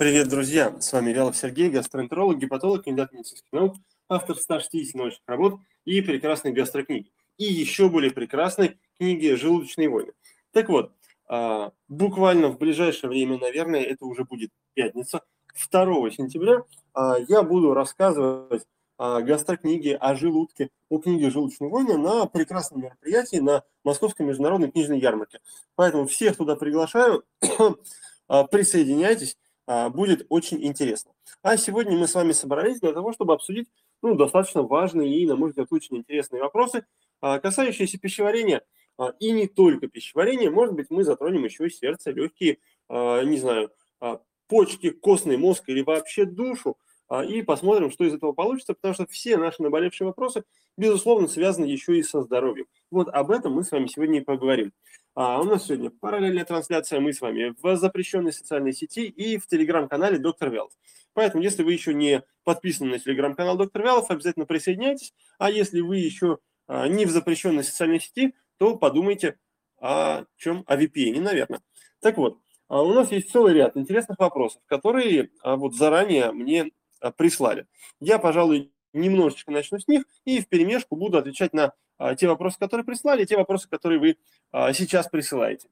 Привет, друзья! С вами Вялов Сергей, гастроэнтеролог, гепатолог, кандидат медицинских наук, автор 160 научных работ и прекрасной гастрокниги. И еще более прекрасной книги «Желудочные войны». Так вот, буквально в ближайшее время, наверное, это уже будет пятница, 2 сентября, я буду рассказывать о гастрокниге, о желудке, о книге «Желудочные войны» на прекрасном мероприятии на Московской международной книжной ярмарке. Поэтому всех туда приглашаю, присоединяйтесь. Будет очень интересно. А сегодня мы с вами собрались для того, чтобы обсудить достаточно важные и, на мой взгляд, очень интересные вопросы, касающиеся пищеварения. И не только пищеварения. Может быть, мы затронем еще и сердце, легкие, не знаю, почки, костный мозг или вообще душу. И посмотрим, что из этого получится, потому что все наши наболевшие вопросы, безусловно, связаны еще и со здоровьем. Вот об этом мы с вами сегодня и поговорим. У нас сегодня параллельная трансляция, мы с вами в запрещенной социальной сети и в телеграм-канале «Доктор Вялов». Поэтому, если вы еще не подписаны на телеграм-канал «Доктор Вялов», обязательно присоединяйтесь. А если вы еще не в запрещенной социальной сети, то подумайте о чем? О VPN, наверное. Так вот, у нас есть целый ряд интересных вопросов, которые вот заранее мне прислали. Я, пожалуй, немножечко начну с них и вперемешку буду отвечать на те вопросы, которые прислали, и те вопросы, которые вы сейчас присылаете.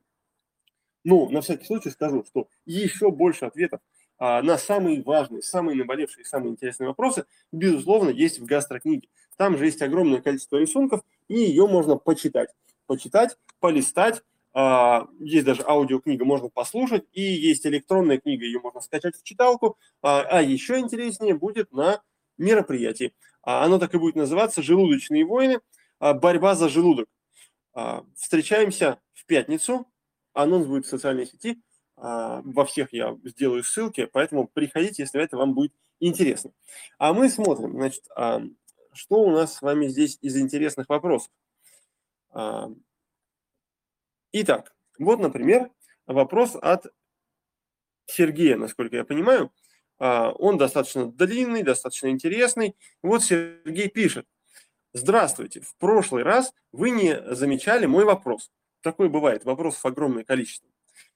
Ну, на всякий случай скажу, что еще больше ответов на самые важные, самые наболевшие, самые интересные вопросы, безусловно, есть в гастрокниге. Там же есть огромное количество рисунков, и ее можно почитать. Почитать, полистать. Есть даже аудиокнига, можно послушать, и есть электронная книга, ее можно скачать в читалку. А еще интереснее будет на мероприятии. Оно так и будет называться «Желудочные войны. Борьба за желудок». Встречаемся в пятницу. Анонс будет в социальной сети. Во всех я сделаю ссылки, поэтому приходите, если это вам будет интересно. А мы смотрим, значит, что у нас с вами здесь из интересных вопросов. Итак, вот, например, вопрос от Сергея, насколько я понимаю. Он достаточно длинный, достаточно интересный. Вот Сергей пишет. Здравствуйте. В прошлый раз вы не замечали мой вопрос. Такое бывает, вопросов огромное количество.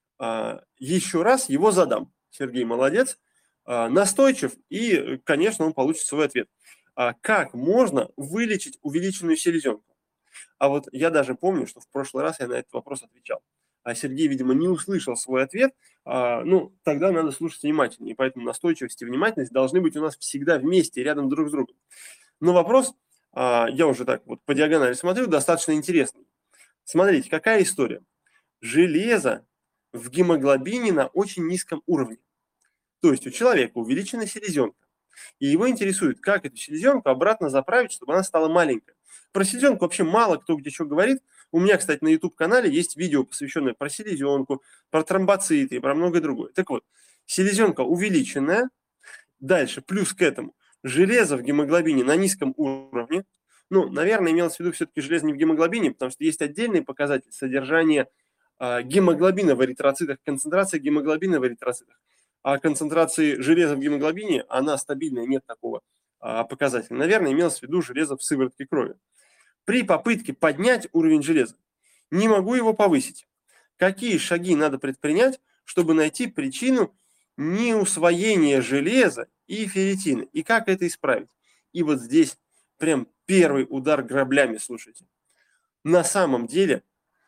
Еще раз его задам. Сергей молодец, настойчив, и, конечно, он получит свой ответ. Как можно вылечить увеличенную селезенку? А вот я даже помню, что в прошлый раз я на этот вопрос отвечал. А Сергей, видимо, не услышал свой ответ. Тогда надо слушать внимательнее. И поэтому настойчивость и внимательность должны быть у нас всегда вместе, рядом друг с другом. Но вопрос, я уже так вот по диагонали смотрю, достаточно интересный. Смотрите, какая история. Железо в гемоглобине на очень низком уровне. То есть у человека увеличена селезенка. И его интересует, как эту селезенку обратно заправить, чтобы она стала маленькой. Про селезенку вообще мало кто где что говорит. У меня, кстати, на YouTube-канале есть видео, посвященное про селезенку, про тромбоциты и про многое другое. Так вот, селезенка увеличенная. Дальше, плюс к этому, железо в гемоглобине на низком уровне. Наверное, имелось в виду все-таки железо не в гемоглобине, потому что есть отдельный показатель содержания гемоглобина в эритроцитах, концентрация гемоглобина в эритроцитах. А концентрации железа в гемоглобине, она стабильная, нет такого показателя. Наверное, имелось в виду железо в сыворотке крови. При попытке поднять уровень железа не могу его повысить. Какие шаги надо предпринять, чтобы найти причину неусвоения железа и ферритина? И как это исправить? И вот здесь прям первый удар граблями, слушайте. На самом деле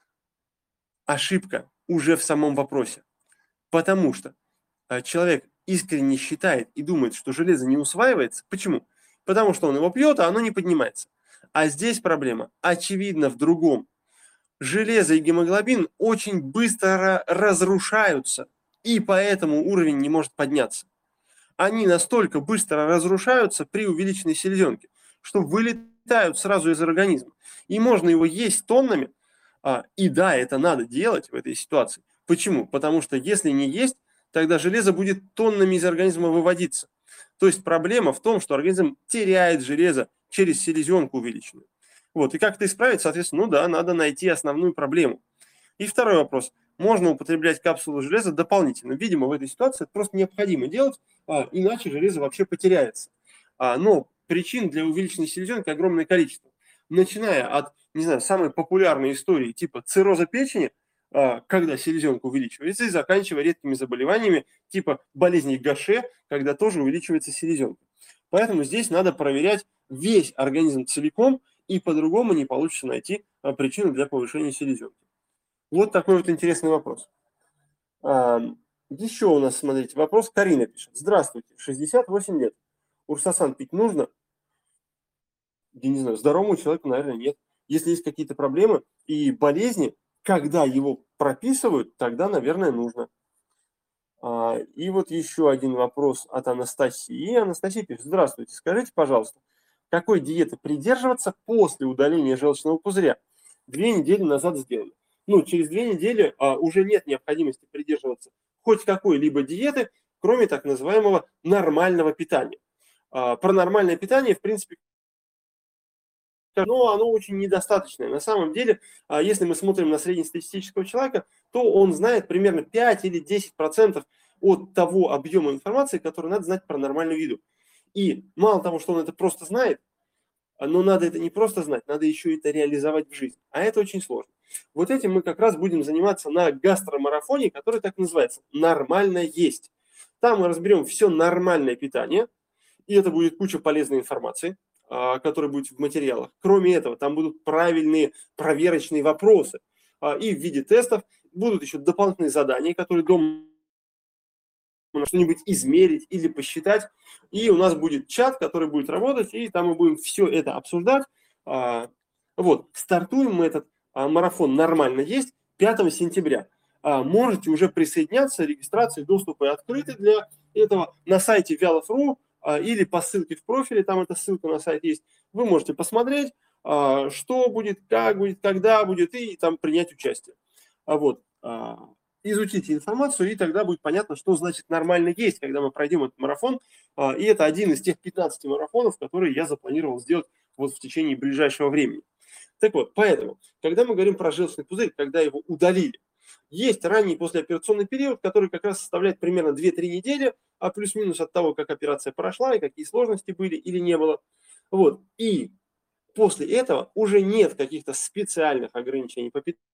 ошибка уже в самом вопросе. Потому что человек искренне считает и думает, что железо не усваивается. Почему? Потому что он его пьет, а оно не поднимается. А здесь проблема, очевидно, в другом. Железо и гемоглобин очень быстро разрушаются, и поэтому уровень не может подняться. Они настолько быстро разрушаются при увеличенной селезенке, что вылетают сразу из организма. И можно его есть тоннами. И да, это надо делать в этой ситуации. Почему? Потому что если не есть, тогда железо будет тоннами из организма выводиться. То есть проблема в том, что организм теряет железо через селезенку увеличенную. Вот. И как это исправить? Соответственно, надо найти основную проблему. И второй вопрос. Можно употреблять капсулу железа дополнительно. Видимо, в этой ситуации это просто необходимо делать, иначе железо вообще потеряется. Но причин для увеличенной селезенки огромное количество. Начиная от, не знаю, самой популярной истории типа цирроза печени, когда селезенка увеличивается, и заканчивая редкими заболеваниями типа болезней Гаше, когда тоже увеличивается селезенка. Поэтому здесь надо проверять весь организм целиком, и по-другому не получится найти причину для повышения селезенки. Вот такой вот интересный вопрос. Еще у нас, смотрите, вопрос. Карина пишет. Здравствуйте, 68 лет. Урсасан пить нужно? Я не знаю, здоровому человеку, наверное, нет. Если есть какие-то проблемы и болезни, когда его прописывают, тогда, наверное, нужно. И вот еще один вопрос от Анастасии. Анастасия пишет. Здравствуйте, скажите, пожалуйста, какой диеты придерживаться после удаления желчного пузыря? 2 недели назад сделали. Ну, через 2 недели уже нет необходимости придерживаться хоть какой-либо диеты, кроме так называемого нормального питания. Про нормальное питание, в принципе, но оно очень недостаточное. На самом деле, если мы смотрим на среднестатистического человека, то он знает примерно 5 или 10% от того объема информации, который надо знать про нормальную еду. И мало того, что он это просто знает, но надо это не просто знать, надо еще это реализовать в жизни. А это очень сложно. Вот этим мы как раз будем заниматься на гастромарафоне, который так называется «Нормально есть». Там мы разберем все нормальное питание, и это будет куча полезной информации, которая будет в материалах. Кроме этого, там будут правильные проверочные вопросы. И в виде тестов будут еще дополнительные задания, которые дома что-нибудь измерить или посчитать. И у нас будет чат, который будет работать, и там мы будем все это обсуждать. Вот, стартуем мы этот марафон «Нормально есть» 5 сентября. Можете уже присоединяться, регистрации, доступы открыты для этого на сайте Вялов.ру или по ссылке в профиле, там эта ссылка на сайт есть. Вы можете посмотреть, что будет, как будет, когда будет, и там принять участие. Вот. Изучите информацию, и тогда будет понятно, что значит нормально есть, когда мы пройдем этот марафон. И это один из тех 15 марафонов, которые я запланировал сделать вот в течение ближайшего времени. Так вот, поэтому, когда мы говорим про желчный пузырь, когда его удалили, есть ранний послеоперационный период, который как раз составляет примерно 2-3 недели, а плюс-минус от того, как операция прошла и какие сложности были или не было. Вот. И после этого уже нет каких-то специальных ограничений по питанию,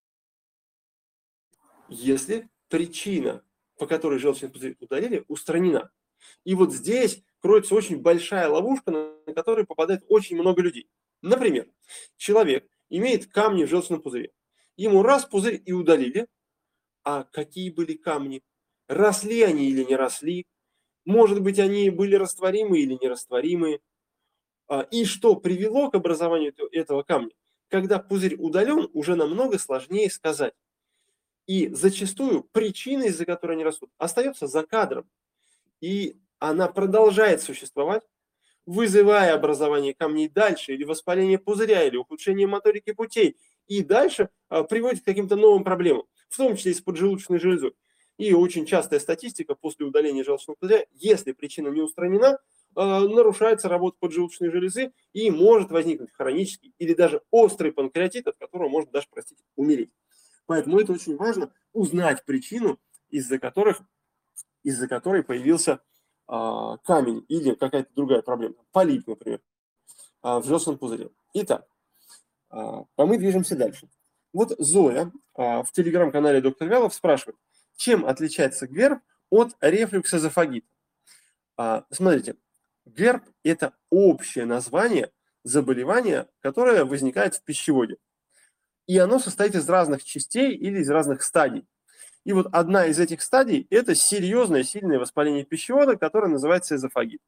если причина, по которой желчный пузырь удалили, устранена. И вот здесь кроется очень большая ловушка, на которую попадает очень много людей. Например, человек имеет камни в желчном пузыре. Ему раз пузырь и удалили. А какие были камни? Росли они или не росли? Может быть, они были растворимые или нерастворимые? И что привело к образованию этого камня? Когда пузырь удален, уже намного сложнее сказать. И зачастую причина, из-за которой они растут, остается за кадром. И она продолжает существовать, вызывая образование камней дальше, или воспаление пузыря, или ухудшение моторики путей. И дальше приводит к каким-то новым проблемам, в том числе и с поджелудочной железой. И очень частая статистика после удаления желчного пузыря, если причина не устранена, нарушается работа поджелудочной железы, и может возникнуть хронический или даже острый панкреатит, от которого можно даже, простите, умереть. Поэтому это очень важно узнать причину, из-за которой появился камень или какая-то другая проблема. Полип, например, в желчном пузыре. Итак, мы движемся дальше. Вот Зоя в телеграм-канале доктор Вялов спрашивает, чем отличается ГЭРБ от рефлюксозофагита? Смотрите, ГЭРБ – это общее название заболевания, которое возникает в пищеводе. И оно состоит из разных частей или из разных стадий. И вот одна из этих стадий – это серьезное, сильное воспаление пищевода, которое называется эзофагит.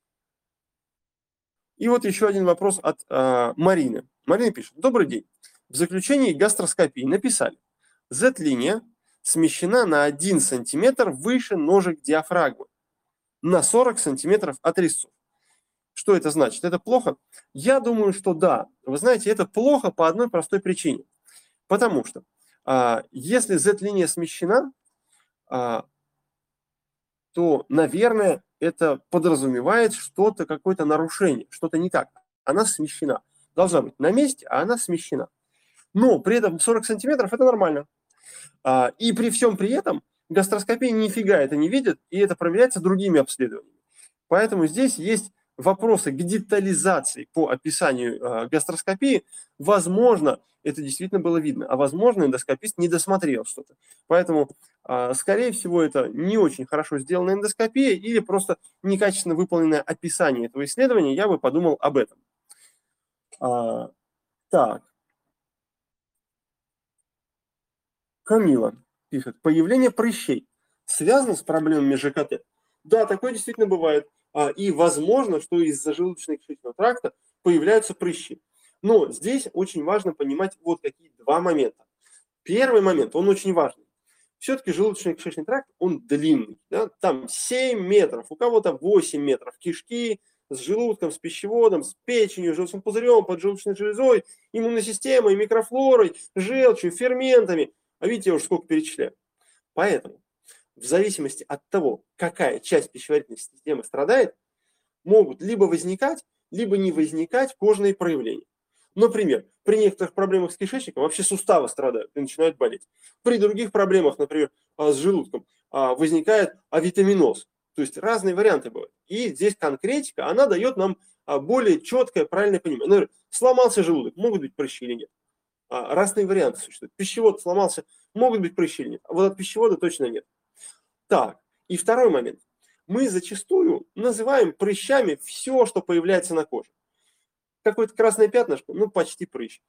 И вот еще один вопрос от Марины. Марина пишет. Добрый день. В заключении гастроскопии написали, Z-линия смещена на 1 см выше ножек диафрагмы, на 40 см от резцов. Что это значит? Это плохо? Я думаю, что да. Вы знаете, это плохо по одной простой причине. Потому что если Z-линия смещена, то, наверное, это подразумевает что-то, какое-то нарушение, что-то не так. Она смещена. Должна быть на месте, а она смещена. Но при этом 40 сантиметров – это нормально. И при всем при этом гастроскопия нифига это не видит, и это проверяется другими обследованиями. Поэтому здесь есть вопросы к детализации по описанию гастроскопии, возможно, это действительно было видно, а возможно, эндоскопист не досмотрел что-то. Поэтому, скорее всего, это не очень хорошо сделанная эндоскопия или просто некачественно выполненное описание этого исследования, я бы подумал об этом. Так. Камила пишет, появление прыщей связано с проблемами ЖКТ? Да, такое действительно бывает. И возможно, что из-за желудочно-кишечного тракта появляются прыщи. Но здесь очень важно понимать вот какие два момента. Первый момент, он очень важный. Все-таки желудочно-кишечный тракт, он длинный. Да? Там 7 метров, у кого-то 8 метров кишки с желудком, с пищеводом, с печенью, желчным пузырем, поджелудочной железой, иммунной системой, микрофлорой, желчью, ферментами. А видите, я уже сколько перечисляю. Поэтому в зависимости от того, какая часть пищеварительной системы страдает, могут либо возникать, либо не возникать кожные проявления. Например, при некоторых проблемах с кишечником вообще суставы страдают и начинают болеть. При других проблемах, например, с желудком, возникает авитаминоз. То есть разные варианты бывают. И здесь конкретика, она дает нам более четкое, правильное понимание. Например, сломался желудок, могут быть прыщи или нет. Разные варианты существуют. Пищевод сломался, могут быть прыщи или нет. А вот от пищевода точно нет. Так, и второй момент. Мы зачастую называем прыщами все, что появляется на коже. Какое-то красное пятнышко, ну почти прыщ.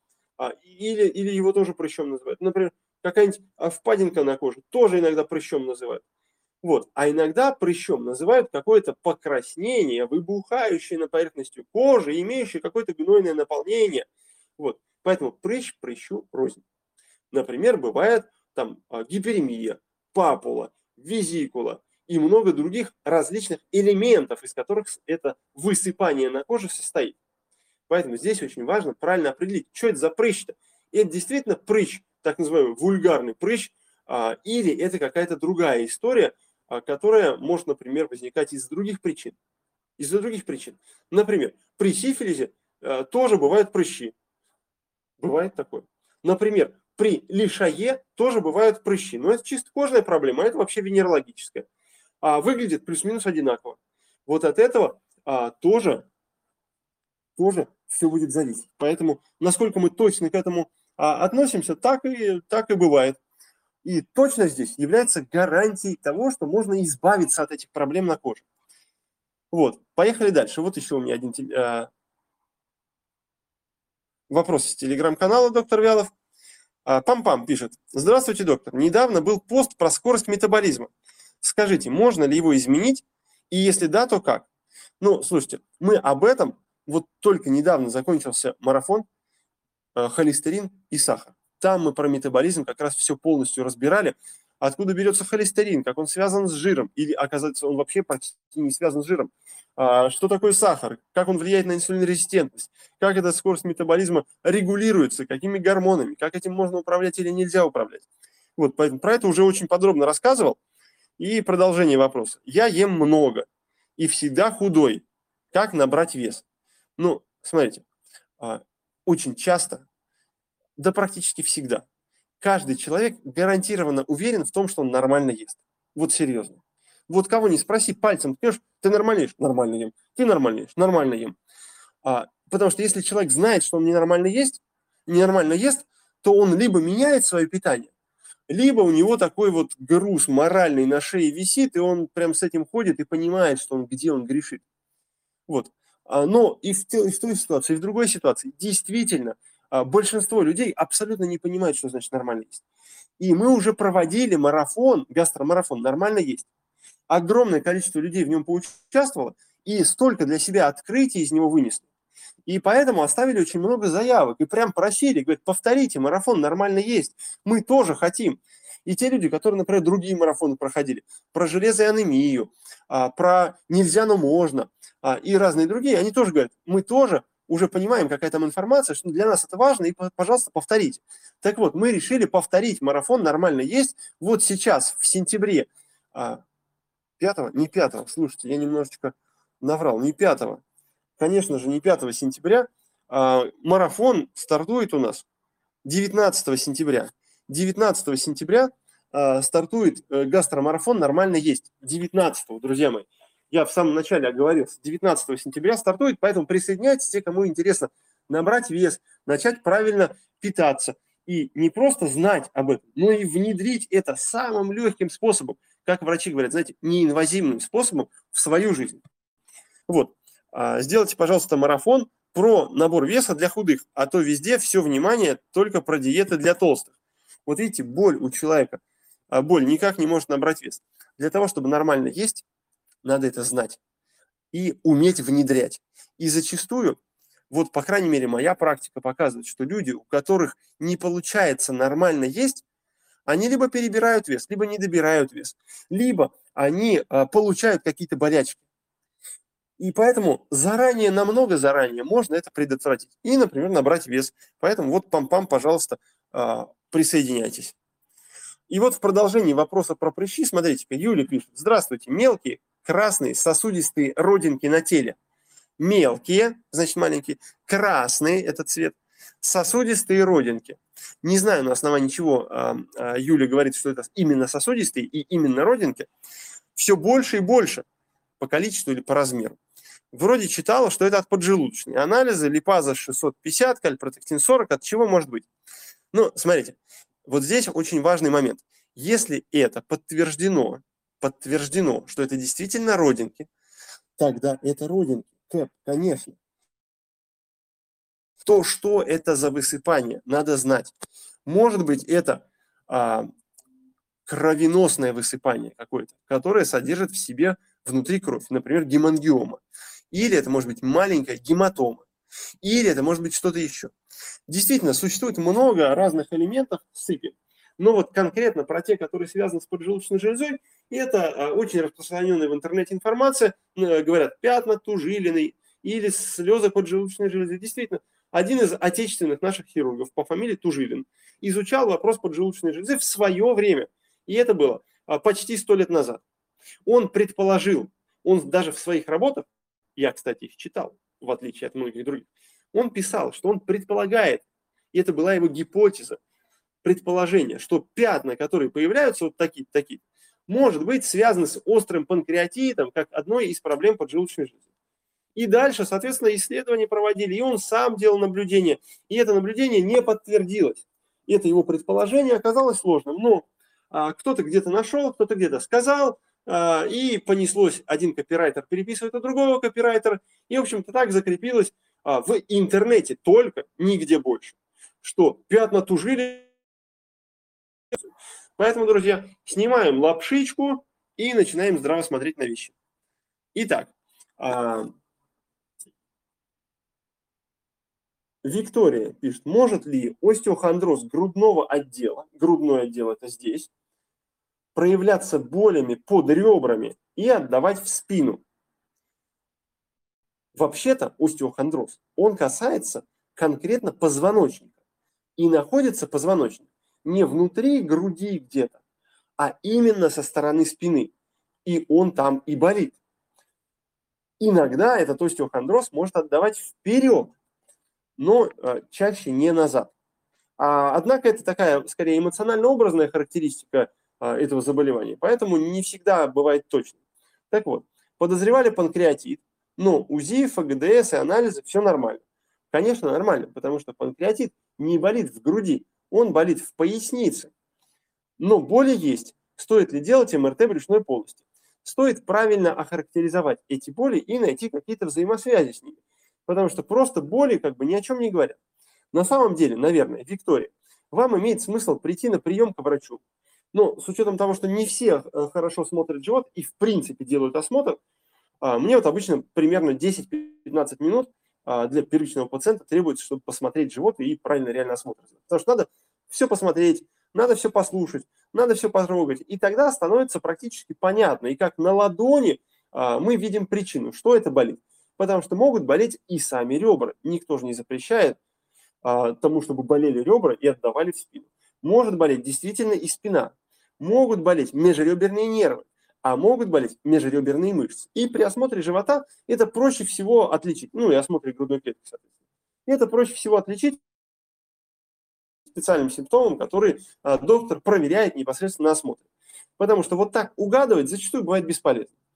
Или его тоже прыщом называют. Например, какая-нибудь впадинка на коже, тоже иногда прыщом называют. Вот. А иногда прыщом называют какое-то покраснение, выбухающее на поверхности кожи, имеющее какое-то гнойное наполнение. Вот. Поэтому прыщ прыщу рознь. Например, бывает там гиперемия, папула, визикула и много других различных элементов, из которых это высыпание на коже состоит. Поэтому здесь очень важно правильно определить, что это за прыщ-то. Это действительно прыщ, так называемый вульгарный прыщ, или это какая-то другая история, которая может, например, возникать из-за других причин. Из-за других причин. Например, при сифилисе тоже бывают прыщи. Бывает такое. Например, при лишае тоже бывают прыщи. Но это чисто кожная проблема, а это вообще венерологическая. Выглядит плюс-минус одинаково. Вот от этого тоже все будет зависеть. Поэтому, насколько мы точно к этому относимся, так и бывает. И точность здесь является гарантией того, что можно избавиться от этих проблем на коже. Вот, поехали дальше. Вот еще у меня один вопрос из телеграм-канала доктор Вялов. Пам-пам пишет. Здравствуйте, доктор. Недавно был пост про скорость метаболизма. Скажите, можно ли его изменить? И если да, то как? Ну, слушайте, мы об этом, вот только недавно закончился марафон холестерин и сахар. Там мы про метаболизм как раз все полностью разбирали. Откуда берется холестерин, как он связан с жиром, или, оказывается, он вообще почти не связан с жиром. Что такое сахар, как он влияет на инсулинорезистентность, как эта скорость метаболизма регулируется, какими гормонами, как этим можно управлять или нельзя управлять. Вот, поэтому про это уже очень подробно рассказывал. И продолжение вопроса. Я ем много и всегда худой. Как набрать вес? Ну, смотрите, очень часто, да практически всегда, каждый человек гарантированно уверен в том, что он нормально ест. Вот серьезно. Вот кого не спроси, пальцем ткнешь, ты нормально ешь? Нормально ем. Ты нормально ешь? Нормально ем. Потому что если человек знает, что он ненормально ест, то он либо меняет свое питание, либо у него такой вот груз моральный на шее висит, и он прям с этим ходит и понимает, что где он грешит. Вот. Но и в той ситуации, и в другой ситуации действительно большинство людей абсолютно не понимают, что значит нормально есть. И мы уже проводили марафон, гастромарафон «Нормально есть». Огромное количество людей в нем поучаствовало и столько для себя открытий из него вынесли. И поэтому оставили очень много заявок и прям просили, говорят, повторите, марафон «Нормально есть». Мы тоже хотим. И те люди, которые, например, другие марафоны проходили, про железо и анемию, про нельзя, но можно, и разные другие, они тоже говорят, мы тоже уже понимаем, какая там информация, что для нас это важно, и, пожалуйста, повторите. Так вот, мы решили повторить марафон «Нормально есть» вот сейчас, в сентябре. 5-го? Не 5-го, слушайте, я немножечко наврал, не 5-го. Конечно же, не 5 сентября. Марафон стартует у нас 19 сентября. 19 сентября стартует гастромарафон «Нормально есть». 19-го, друзья мои. я в самом начале оговорился, 19 сентября стартует, поэтому присоединяйтесь, те, кому интересно набрать вес, начать правильно питаться. И не просто знать об этом, но и внедрить это самым легким способом, как врачи говорят, знаете, неинвазивным способом в свою жизнь. Вот. Сделайте, пожалуйста, марафон про набор веса для худых, а то везде все внимание только про диеты для толстых. Вот видите, боль у человека, боль никак не может набрать вес. Для того, чтобы нормально есть, надо это знать и уметь внедрять. И зачастую, вот по крайней мере моя практика показывает, что люди, у которых не получается нормально есть, они либо перебирают вес, либо не добирают вес, либо они получают какие-то болячки. И поэтому заранее, намного заранее можно это предотвратить. И, например, набрать вес. Поэтому вот пам-пам, пожалуйста, присоединяйтесь. И вот в продолжении вопроса про прыщи, смотрите-ка, Юля пишет. Здравствуйте, мелкие, красные, сосудистые родинки на теле. Мелкие, значит маленькие, красные, это цвет, сосудистые родинки. Не знаю, на основании чего Юля говорит, что это именно сосудистые и именно родинки. Все больше и больше по количеству или по размеру. Вроде читала, что это от поджелудочной. Анализы, липаза 650, кальпротектин 40, от чего может быть? Ну, смотрите, вот здесь очень важный момент. Если это подтверждено, что это действительно родинки, тогда это родинки. Кэп, конечно. То, что это за высыпание, надо знать. Может быть, это кровеносное высыпание какое-то, которое содержит в себе внутри кровь, например, гемангиома. Или это может быть маленькая гематома. Или это может быть что-то еще. Действительно, существует много разных элементов сыпи. Но вот конкретно про те, которые связаны с поджелудочной железой, это очень распространенная в интернете информация. Говорят, пятна тужилиной или слезы поджелудочной железы. Действительно, один из отечественных наших хирургов по фамилии Тужилин изучал вопрос поджелудочной железы в свое время. И это было почти 100 лет назад. Он предположил, он даже в своих работах, я, кстати, их читал, в отличие от многих других, он писал, что он предполагает, и это была его гипотеза, предположение, что пятна, которые появляются вот такие, может быть связаны с острым панкреатитом, как одной из проблем поджелудочной железы. И дальше, соответственно, исследования проводили, и он сам делал наблюдение, и это наблюдение не подтвердилось. Это его предположение оказалось сложным, но кто-то где-то нашел, кто-то где-то сказал, и понеслось, один копирайтер переписывает от другого копирайтера, и, в общем-то, так закрепилось в интернете, только нигде больше, что пятна тужили. Поэтому, друзья, снимаем лапшичку и начинаем здраво смотреть на вещи. Итак, Виктория пишет, может ли остеохондроз грудного отдела, грудной отдел это здесь, проявляться болями под ребрами и отдавать в спину? Вообще-то остеохондроз, он касается конкретно позвоночника. И находится позвоночник не внутри груди где-то, а именно со стороны спины. И он там и болит. Иногда этот остеохондроз может отдавать вперед, но чаще не назад. Однако это такая, скорее, эмоционально-образная характеристика этого заболевания, поэтому не всегда бывает точно. Так вот, подозревали панкреатит, но УЗИ, ФГДС и анализы, все нормально. Конечно, нормально, потому что панкреатит не болит в груди, он болит в пояснице. Но боли есть. Стоит ли делать МРТ брюшной полости? Стоит правильно охарактеризовать эти боли и найти какие-то взаимосвязи с ними. Потому что просто боли как бы ни о чем не говорят. На самом деле, наверное, Виктория, вам имеет смысл прийти на прием к врачу. Но с учетом того, что не все хорошо смотрят живот и в принципе делают осмотр, мне вот обычно примерно 10-15 минут для первичного пациента требуется, чтобы посмотреть живот и правильно реально осмотреться. Потому что надо все посмотреть, надо все послушать, надо все потрогать. И тогда становится практически понятно. И как на ладони мы видим причину, что это болит. Потому что могут болеть и сами ребра. Никто же не запрещает тому, чтобы болели ребра и отдавали в спину. Может болеть действительно и спина. Могут болеть межреберные нервы, а могут болеть межреберные мышцы. И при осмотре живота это проще всего отличить. Ну и осмотре грудной клетки, соответственно. Это проще всего отличить специальным симптомом, который доктор проверяет непосредственно на осмотре. Потому что вот так угадывать зачастую бывает бесполезно.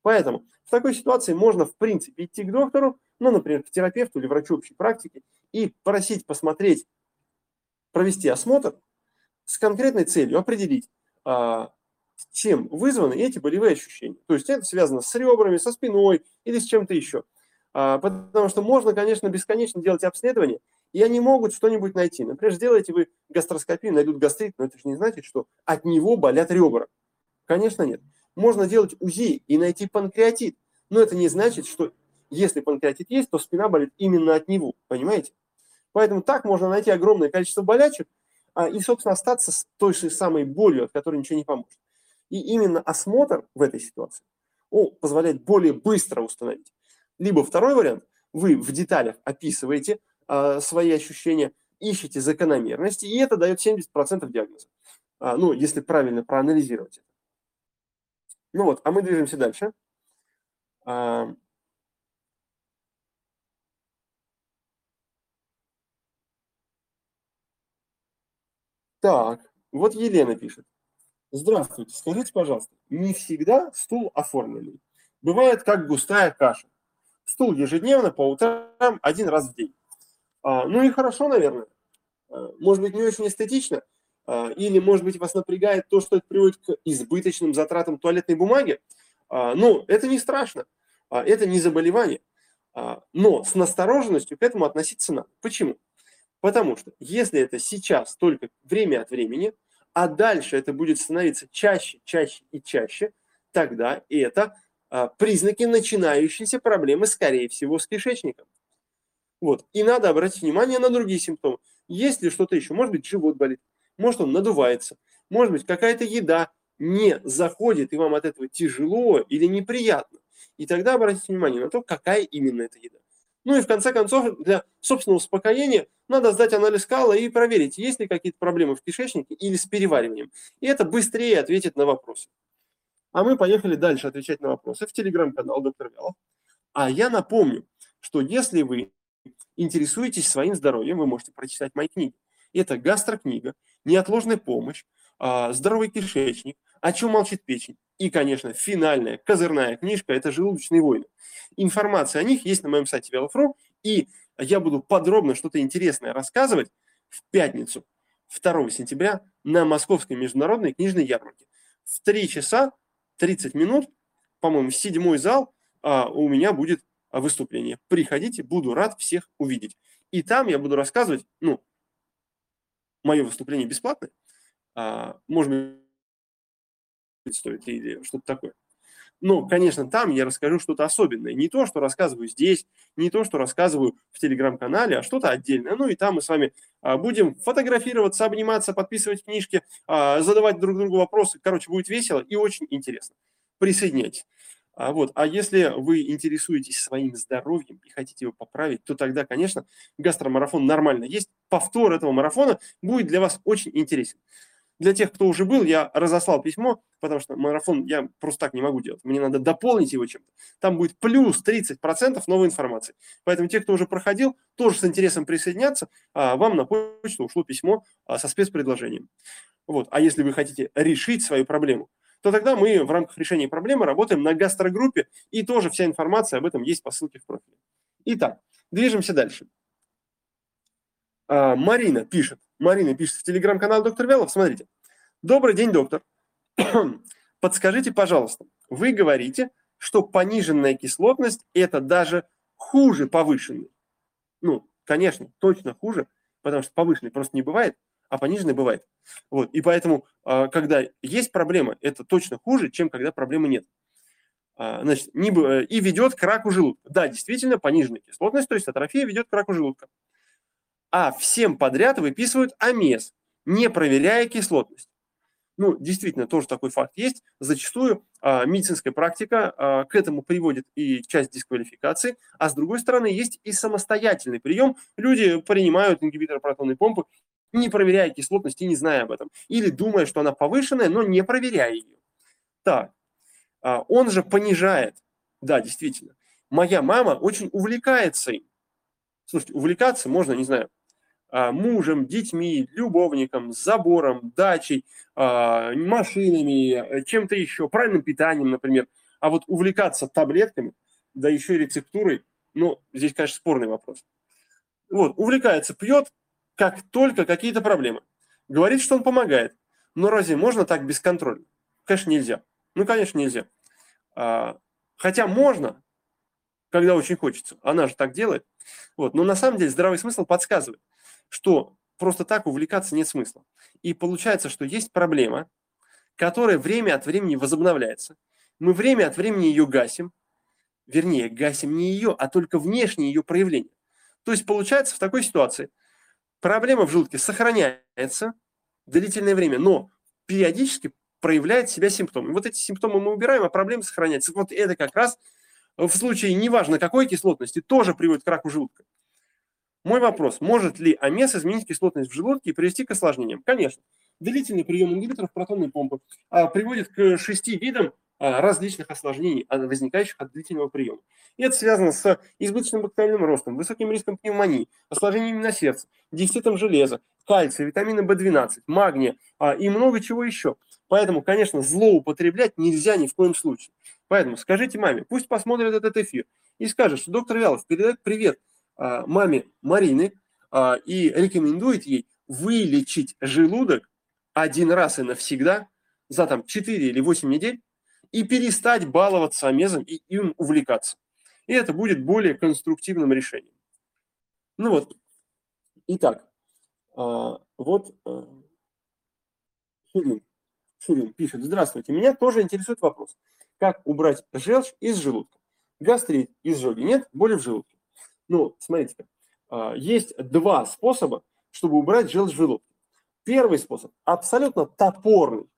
Поэтому в такой ситуации можно, в принципе, идти к доктору, ну, например, к терапевту или врачу общей практики, и просить посмотреть, провести осмотр с конкретной целью определить, чем вызваны эти болевые ощущения. То есть это связано с ребрами, со спиной или с чем-то еще. Потому что можно, конечно, бесконечно делать обследования, и они могут что-нибудь найти. Например, сделаете вы гастроскопию, найдут гастрит, но это же не значит, что от него болят ребра. Конечно, нет. Можно делать УЗИ и найти панкреатит, но это не значит, что если панкреатит есть, то спина болит именно от него, понимаете? Поэтому так можно найти огромное количество болячек и, собственно, остаться с той же самой болью, от которой ничего не поможет. И именно осмотр в этой ситуации позволяет более быстро установить. Либо второй вариант, вы в деталях описываете свои ощущения, ищете закономерности, и это дает 70% диагноза. Ну, если правильно проанализировать это. Ну вот, а мы движемся дальше. Так, вот Елена пишет. Здравствуйте, скажите, пожалуйста, не всегда стул оформленный. Бывает как густая каша. Стул ежедневно по утрам 1 раз в день. Ну и хорошо, наверное. Может быть, не очень эстетично, или, может быть, вас напрягает то, что это приводит к избыточным затратам туалетной бумаги. Но это не страшно, это не заболевание. Но с настороженностью к этому относиться надо. Почему? Потому что если это сейчас только время от времени, а дальше это будет становиться чаще, чаще и чаще, тогда это признаки начинающейся проблемы, скорее всего, с кишечником. Вот. И надо обратить внимание на другие симптомы. Есть ли что-то еще? Может быть, живот болит, может, он надувается, может быть, какая-то еда не заходит, и вам от этого тяжело или неприятно. И тогда обратите внимание на то, какая именно эта еда. Ну и в конце концов, для собственного успокоения надо сдать анализ кала и проверить, есть ли какие-то проблемы в кишечнике или с перевариванием. И это быстрее ответит на вопросы. А мы поехали дальше отвечать на вопросы в телеграм-канал доктор Вялов. А я напомню, что если вы интересуетесь своим здоровьем, вы можете прочитать мои книги. Это гастрокнига, неотложная помощь, здоровый кишечник, о чем молчит печень. И, конечно, финальная козырная книжка – это «Желудочные войны». Информация о них есть на моем сайте Велов.ру, и я буду подробно что-то интересное рассказывать в пятницу, 2 сентября, на Московской международной книжной ярмарке. В 3 часа 30 минут, по-моему, 7-й зал, у меня будет выступление. Приходите, буду рад всех увидеть. И там я буду рассказывать, мое выступление бесплатное, может быть, стоит или что-то такое. Но, конечно, там я расскажу что-то особенное. Не то, что рассказываю здесь, не то, что рассказываю в телеграм-канале, а что-то отдельное. Ну и там мы с вами будем фотографироваться, обниматься, подписывать книжки, задавать друг другу вопросы. Короче, будет весело и очень интересно. Присоединяйтесь. А если вы интересуетесь своим здоровьем и хотите его поправить, то тогда, конечно, гастромарафон нормально есть. Повтор этого марафона будет для вас очень интересен. Для тех, кто уже был, я разослал письмо, потому что марафон я просто так не могу делать. Мне надо дополнить его чем-то. Там будет плюс 30% новой информации. Поэтому те, кто уже проходил, тоже с интересом присоединяться. Вам на почту ушло письмо со спецпредложением. Вот. А если вы хотите решить свою проблему, то тогда мы в рамках решения проблемы работаем на гастрогруппе, и тоже вся информация об этом есть по ссылке в профиле. Итак, движемся дальше. Марина пишет в телеграм-канал доктор Вялов. Смотрите. Добрый день, доктор. Подскажите, пожалуйста, вы говорите, что пониженная кислотность – это даже хуже повышенной. Конечно, точно хуже, потому что повышенной просто не бывает, а пониженной бывает. Вот. И поэтому, когда есть проблема, это точно хуже, чем когда проблемы нет. Значит, и ведет к раку желудка. Да, действительно, пониженная кислотность, то есть атрофия, ведет к раку желудка. А всем подряд выписывают АМЕС, не проверяя кислотность. Действительно, тоже такой факт есть. Зачастую медицинская практика к этому приводит и часть дисквалификации, а с другой стороны есть и самостоятельный прием. Люди принимают ингибитор протонной помпы, не проверяя кислотность и не зная об этом. Или думая, что она повышенная, но не проверяя ее. Так, он же понижает. Да, действительно. Моя мама очень увлекается им. Слушайте, увлекаться можно, не знаю, мужем, детьми, любовником, забором, дачей, машинами, чем-то еще, правильным питанием, например. А вот увлекаться таблетками, да еще и рецептурой, ну, здесь, конечно, спорный вопрос. Вот, увлекается, пьет, как только какие-то проблемы. Говорит, что он помогает. Но разве можно так бесконтрольно? Конечно, нельзя. Ну, конечно, нельзя. Хотя можно, когда очень хочется. Она же так делает. Вот. Но на самом деле здравый смысл подсказывает, что просто так увлекаться нет смысла. И получается, что есть проблема, которая время от времени возобновляется. Мы время от времени ее гасим. Вернее, гасим не ее, а только внешнее ее проявление. То есть получается в такой ситуации проблема в желудке сохраняется длительное время, но периодически проявляет себя симптомы. Вот эти симптомы мы убираем, а проблема сохраняется. Вот это как раз в случае, неважно какой кислотности, тоже приводит к раку желудка. Мой вопрос, может ли АМЕС изменить кислотность в желудке и привести к осложнениям? Конечно. Длительный прием ингибиторов протонной помпы приводит к 6 видам различных осложнений, возникающих от длительного приема. И это связано с избыточным бактериальным ростом, высоким риском пневмонии, осложнениями на сердце, дефицитом железа, кальция, витамина В12, магния и много чего еще. Поэтому, конечно, злоупотреблять нельзя ни в коем случае. Поэтому скажите маме, пусть посмотрит этот эфир и скажет, что доктор Вялов передает привет маме Марины и рекомендует ей вылечить желудок один раз и навсегда за 4 или 8 недель и перестать баловаться АМЕЗом и им увлекаться. И это будет более конструктивным решением. Ну вот, итак, вот Шурин пишет: здравствуйте, меня тоже интересует вопрос, как убрать желчь из желудка. Гастрит, изжоги нет, боли в желудке. Ну, смотрите, есть два способа, чтобы убрать желчь в желудке. Первый способ абсолютно топорный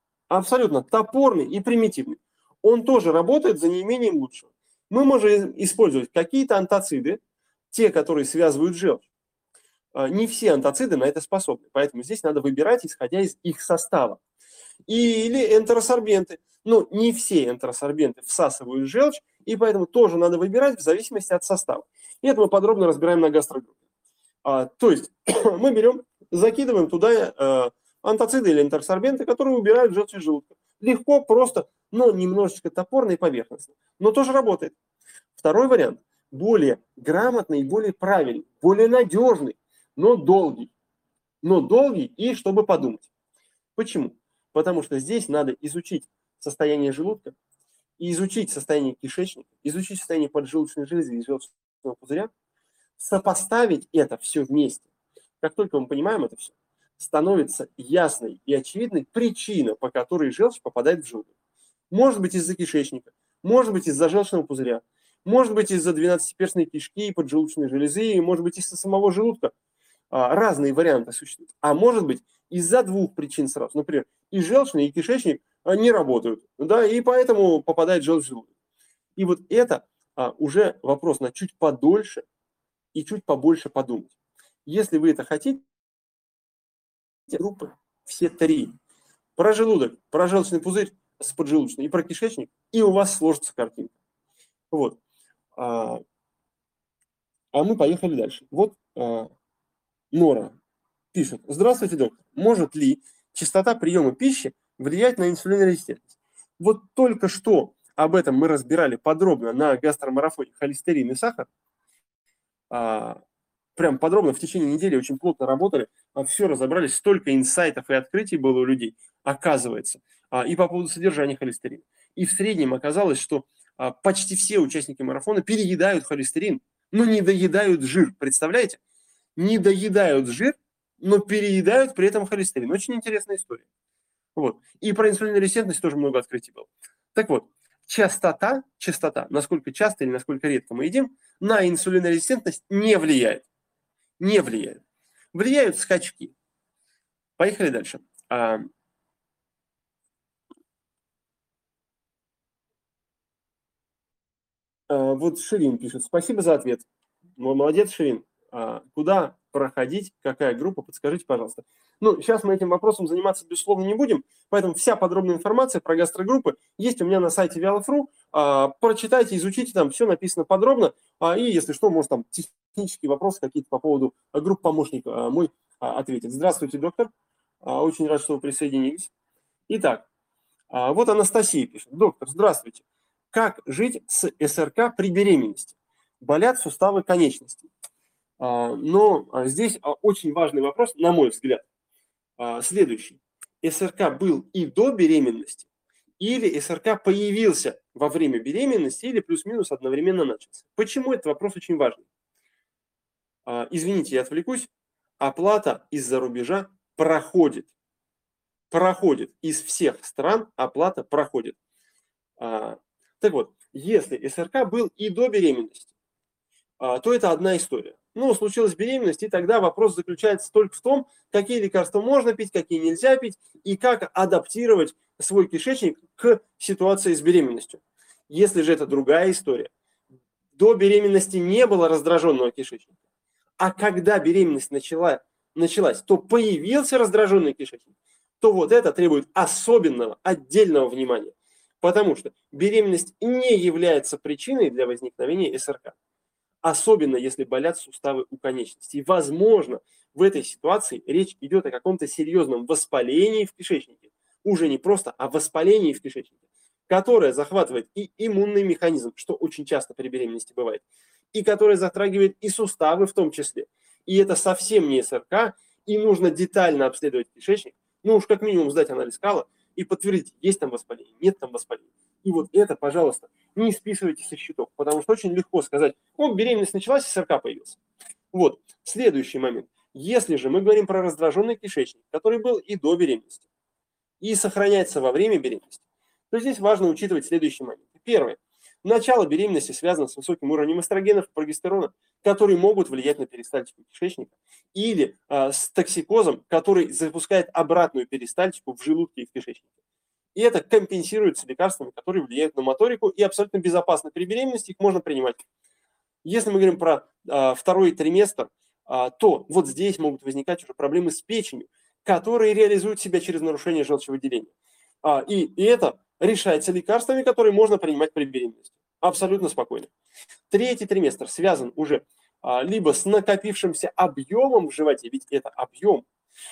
и примитивный. Он тоже работает за неимением лучшего. Мы можем использовать какие-то антациды, те, которые связывают желчь. Не все антациды на это способны, поэтому здесь надо выбирать, исходя из их состава. Или энтеросорбенты. Но не все энтеросорбенты всасывают желчь, и поэтому тоже надо выбирать в зависимости от состава. И это мы подробно разбираем на гастрогруппе. То есть мы берем, закидываем туда антациды или энтеросорбенты, которые убирают желчь из желудка. Легко, просто, но немножечко топорно и поверхностно. Но тоже работает. Второй вариант более грамотный, более правильный, более надежный, но долгий. Но долгий и чтобы подумать. Почему? Потому что здесь надо изучить состояние желудка, изучить состояние кишечника, изучить состояние поджелудочной железы и желчного пузыря, сопоставить это все вместе. Как только мы понимаем это все, становится ясной и очевидной причина, по которой желчь попадает в желудок. Может быть из-за кишечника, может быть из-за желчного пузыря, может быть из-за 12-перстной кишки и поджелудочной железы, может быть из-за самого желудка. Разные варианты существуют. А может быть из-за двух причин сразу. Например, и желчный, и кишечник не работают, да, и поэтому попадает желчь в желудок. И вот это уже вопрос на чуть подольше и чуть побольше подумать. Если вы это хотите, группы все три. Про желудок, про желчный пузырь с поджелудочной и про кишечник, и у вас сложится картинка. Вот. А мы поехали дальше. Вот Нора пишет: здравствуйте, доктор. Может ли частота приема пищи влиять на инсулинорезистентность? Вот только что об этом мы разбирали подробно на гастромарафоне «Холестерин и сахар». Прям подробно в течение недели очень плотно работали, все разобрались, столько инсайтов и открытий было у людей, оказывается, и по поводу содержания холестерина. И в среднем оказалось, что почти все участники марафона переедают холестерин, но не доедают жир. Представляете? Не доедают жир, но переедают при этом холестерин. Очень интересная история. Вот. И про инсулинорезистентность тоже много открытий было. Так вот, частота, насколько часто или насколько редко мы едим, на инсулинорезистентность не влияет. Не влияет. Влияют скачки. Поехали дальше. Вот Ширин пишет: спасибо за ответ. Молодец, Ширин. Куда проходить, какая группа, подскажите, пожалуйста. Ну, сейчас мы этим вопросом заниматься, безусловно, не будем, поэтому вся подробная информация про гастрогруппы есть у меня на сайте Вялов.ру. Прочитайте, изучите, там все написано подробно, и если что, может, там технические вопросы какие-то по поводу групп помощника мой ответит. Здравствуйте, доктор. Очень рад, что вы присоединились. Итак, вот Анастасия пишет: доктор, здравствуйте. Как жить с СРК при беременности? Болят суставы конечностей. Но здесь очень важный вопрос, на мой взгляд, следующий. СРК был и до беременности, или СРК появился во время беременности, или плюс-минус одновременно начался? Почему этот вопрос очень важный? Извините, я отвлекусь. Оплата из-за рубежа проходит. Проходит. Из всех стран оплата проходит. Так вот, если СРК был и до беременности, то это одна история. Ну, случилась беременность, и тогда вопрос заключается только в том, какие лекарства можно пить, какие нельзя пить, и как адаптировать свой кишечник к ситуации с беременностью. Если же это другая история, до беременности не было раздраженного кишечника, а когда беременность началась, то появился раздраженный кишечник, то вот это требует особенного, отдельного внимания, потому что беременность не является причиной для возникновения СРК. Особенно, если болят суставы у конечностей. Возможно, в этой ситуации речь идет о каком-то серьезном воспалении в кишечнике. Уже не просто о воспалении в кишечнике, которое захватывает и иммунный механизм, что очень часто при беременности бывает, и которое затрагивает и суставы в том числе. И это совсем не СРК, и нужно детально обследовать кишечник, ну уж как минимум сдать анализ кала и подтвердить, есть там воспаление, нет там воспаления. И вот это, пожалуйста, не списывайте со счетов, потому что очень легко сказать, о, беременность началась, СРК появился. Вот, следующий момент. Если же мы говорим про раздраженный кишечник, который был и до беременности, и сохраняется во время беременности, то здесь важно учитывать следующий момент. Первое. Начало беременности связано с высоким уровнем эстрогенов и прогестерона, которые могут влиять на перистальтику кишечника, или с токсикозом, который запускает обратную перистальтику в желудке и в кишечнике. И это компенсируется лекарствами, которые влияют на моторику и абсолютно безопасно при беременности, их можно принимать. Если мы говорим про второй триместр, то вот здесь могут возникать уже проблемы с печенью, которые реализуют себя через нарушение желчевыделения. И это решается лекарствами, которые можно принимать при беременности. Абсолютно спокойно. Третий триместр связан уже либо с накопившимся объемом в животе, ведь это объем,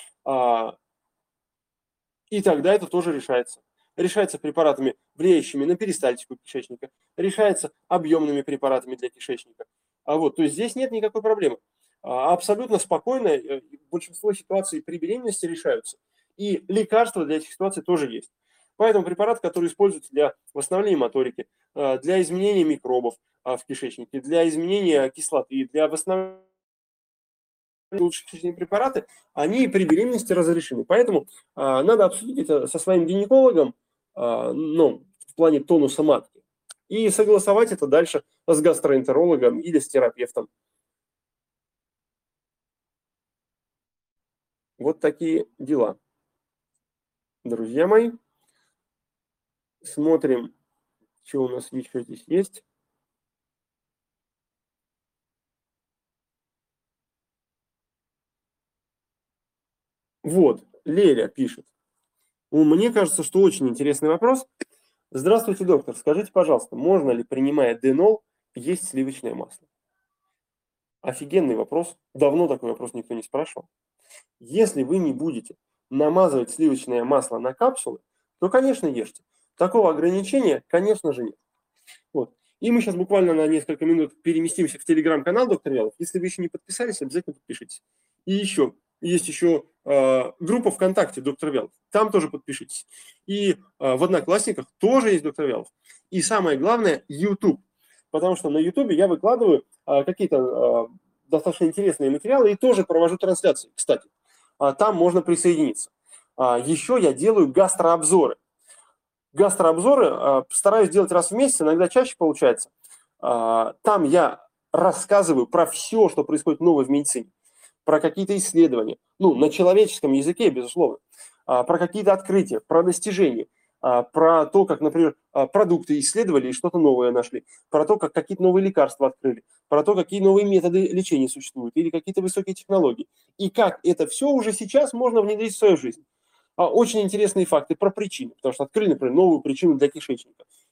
и тогда это тоже решается. Решается препаратами, влияющими на перистальтику кишечника, решается объемными препаратами для кишечника. То есть здесь нет никакой проблемы. Абсолютно спокойно большинство ситуаций при беременности решаются. И лекарства для этих ситуаций тоже есть. Поэтому препарат, который используется для восстановления моторики, для изменения микробов в кишечнике, для изменения кислоты, для восстановления кишечные препараты, они при беременности разрешены. Поэтому надо обсудить это со своим гинекологом, в плане тонуса матки, и согласовать это дальше с гастроэнтерологом или с терапевтом. Вот такие дела. Друзья мои, смотрим, что у нас еще здесь есть. Вот, Леля пишет. Мне кажется, что очень интересный вопрос. Здравствуйте, доктор. Скажите, пожалуйста, можно ли, принимая денол, есть сливочное масло? Офигенный вопрос. Давно такой вопрос никто не спрашивал. Если вы не будете намазывать сливочное масло на капсулы, то, конечно, ешьте. Такого ограничения, конечно же, нет. Вот. И мы сейчас буквально на несколько минут переместимся в телеграм-канал доктор Вялов. Если вы еще не подписались, обязательно подпишитесь. И еще, есть еще группа ВКонтакте доктор Вялов. Там тоже подпишитесь. И в Одноклассниках тоже есть доктор Вялов. И самое главное, YouTube. Потому что на YouTube я выкладываю какие-то достаточно интересные материалы и тоже провожу трансляции, кстати. Там можно присоединиться. Еще я делаю гастрообзоры. Гастрообзоры стараюсь делать раз в месяц, иногда чаще получается. Там я рассказываю про все, что происходит новое в медицине, про какие-то исследования, на человеческом языке, безусловно, про какие-то открытия, про достижения, про то, как, например, продукты исследовали и что-то новое нашли, про то, как какие-то новые лекарства открыли, про то, какие новые методы лечения существуют или какие-то высокие технологии, и как это все уже сейчас можно внедрить в свою жизнь. Очень интересные факты про причины, потому что открыли, например, новую причину для кишечника.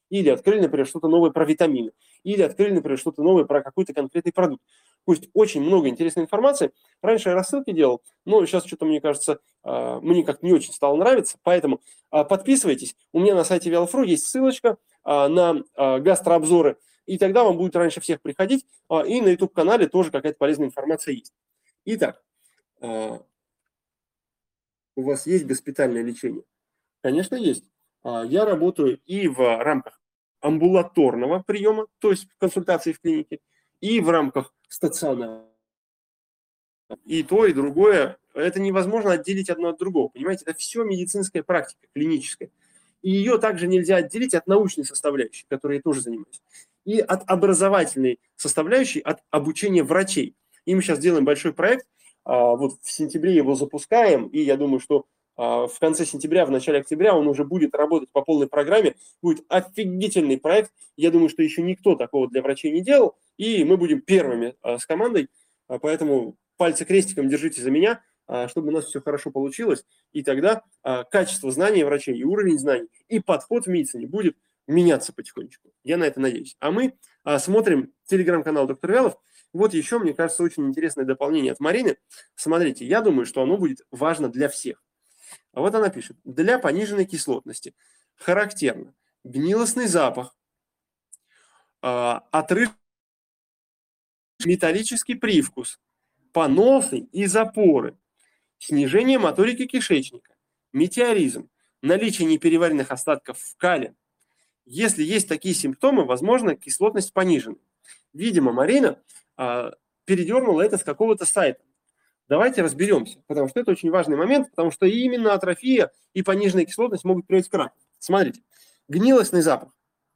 или открыли, например, что-то новое про витамины, или открыли, например, что-то новое про какой-то конкретный продукт. То есть очень много интересной информации. Раньше я рассылки делал, но сейчас что-то, мне кажется, мне как-то не очень стало нравиться, поэтому подписывайтесь. У меня на сайте Велофру есть ссылочка на гастрообзоры, и тогда вам будет раньше всех приходить, и на YouTube-канале тоже какая-то полезная информация есть. Итак, у вас есть госпитальное лечение? Конечно, есть. Я работаю и в рамках амбулаторного приема, то есть консультации в клинике, и в рамках стационара. И то, и другое, это невозможно отделить одно от другого. Понимаете, это все медицинская практика, клиническая. И ее также нельзя отделить от научной составляющей, которой я тоже занимаюсь, и от образовательной составляющей, от обучения врачей. И мы сейчас делаем большой проект, вот в сентябре его запускаем, и я думаю, что в конце сентября, в начале октября он уже будет работать по полной программе, будет офигительный проект. Я думаю, что еще никто такого для врачей не делал, и мы будем первыми с командой, поэтому пальцы крестиком держите за меня, чтобы у нас все хорошо получилось, и тогда качество знаний врачей, и уровень знаний, и подход в медицине будет меняться потихонечку. Я на это надеюсь. А мы смотрим телеграм-канал «Доктор Вялов». Вот еще, мне кажется, очень интересное дополнение от Марины. Смотрите, я думаю, что оно будет важно для всех. А вот она пишет. Для пониженной кислотности характерно гнилостный запах, отрыв, металлический привкус, поносы и запоры, снижение моторики кишечника, метеоризм, наличие непереваренных остатков в кале. Если есть такие симптомы, возможно, кислотность понижена. Видимо, Марина передернула это с какого-то сайта. Давайте разберемся, потому что это очень важный момент, потому что именно атрофия и пониженная кислотность могут приводить к раку. Смотрите, гнилостный запах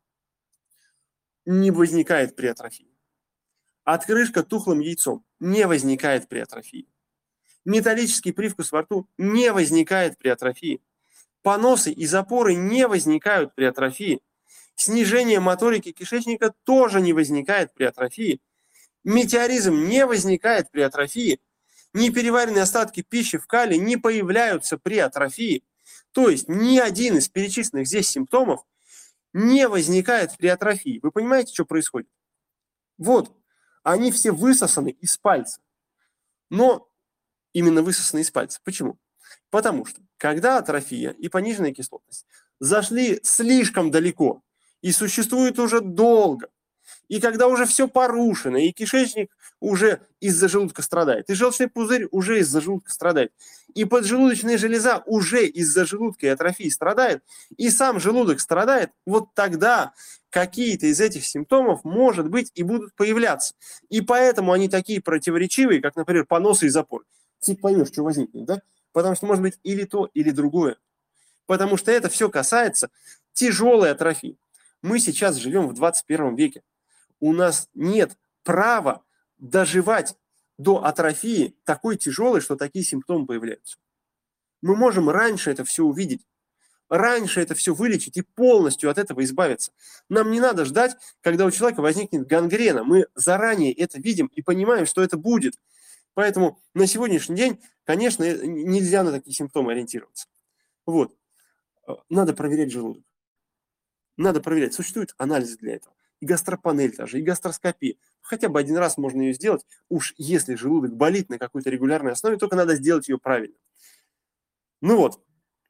не возникает при атрофии. Открышка тухлым яйцом не возникает при атрофии. Металлический привкус во рту не возникает при атрофии. Поносы и запоры не возникают при атрофии. Снижение моторики кишечника тоже не возникает при атрофии. Метеоризм не возникает при атрофии. Непереваренные остатки пищи в кале не появляются при атрофии. То есть ни один из перечисленных здесь симптомов не возникает при атрофии. Вы понимаете, что происходит? Вот, они все высосаны из пальца. Но именно высосаны из пальца. Почему? Потому что, когда атрофия и пониженная кислотность зашли слишком далеко и существуют уже долго, и когда уже все порушено, и кишечник уже из-за желудка страдает, и желчный пузырь уже из-за желудка страдает, и поджелудочная железа уже из-за желудка и атрофии страдает, и сам желудок страдает, вот тогда какие-то из этих симптомов, может быть, и будут появляться. И поэтому они такие противоречивые, как, например, поносы и запоры. Ты поймешь, что возникнет, да? Потому что может быть или то, или другое. Потому что это все касается тяжелой атрофии. Мы сейчас живем в 21 веке. У нас нет права доживать до атрофии такой тяжелой, что такие симптомы появляются. Мы можем раньше это все увидеть, раньше это все вылечить и полностью от этого избавиться. Нам не надо ждать, когда у человека возникнет гангрена. Мы заранее это видим и понимаем, что это будет. Поэтому на сегодняшний день, конечно, нельзя на такие симптомы ориентироваться. Вот. Надо проверять желудок. Надо проверять. Существуют анализы для этого. И гастропанель даже, и гастроскопия. Хотя бы один раз можно ее сделать. Уж если желудок болит на какой-то регулярной основе, только надо сделать ее правильно. Ну вот.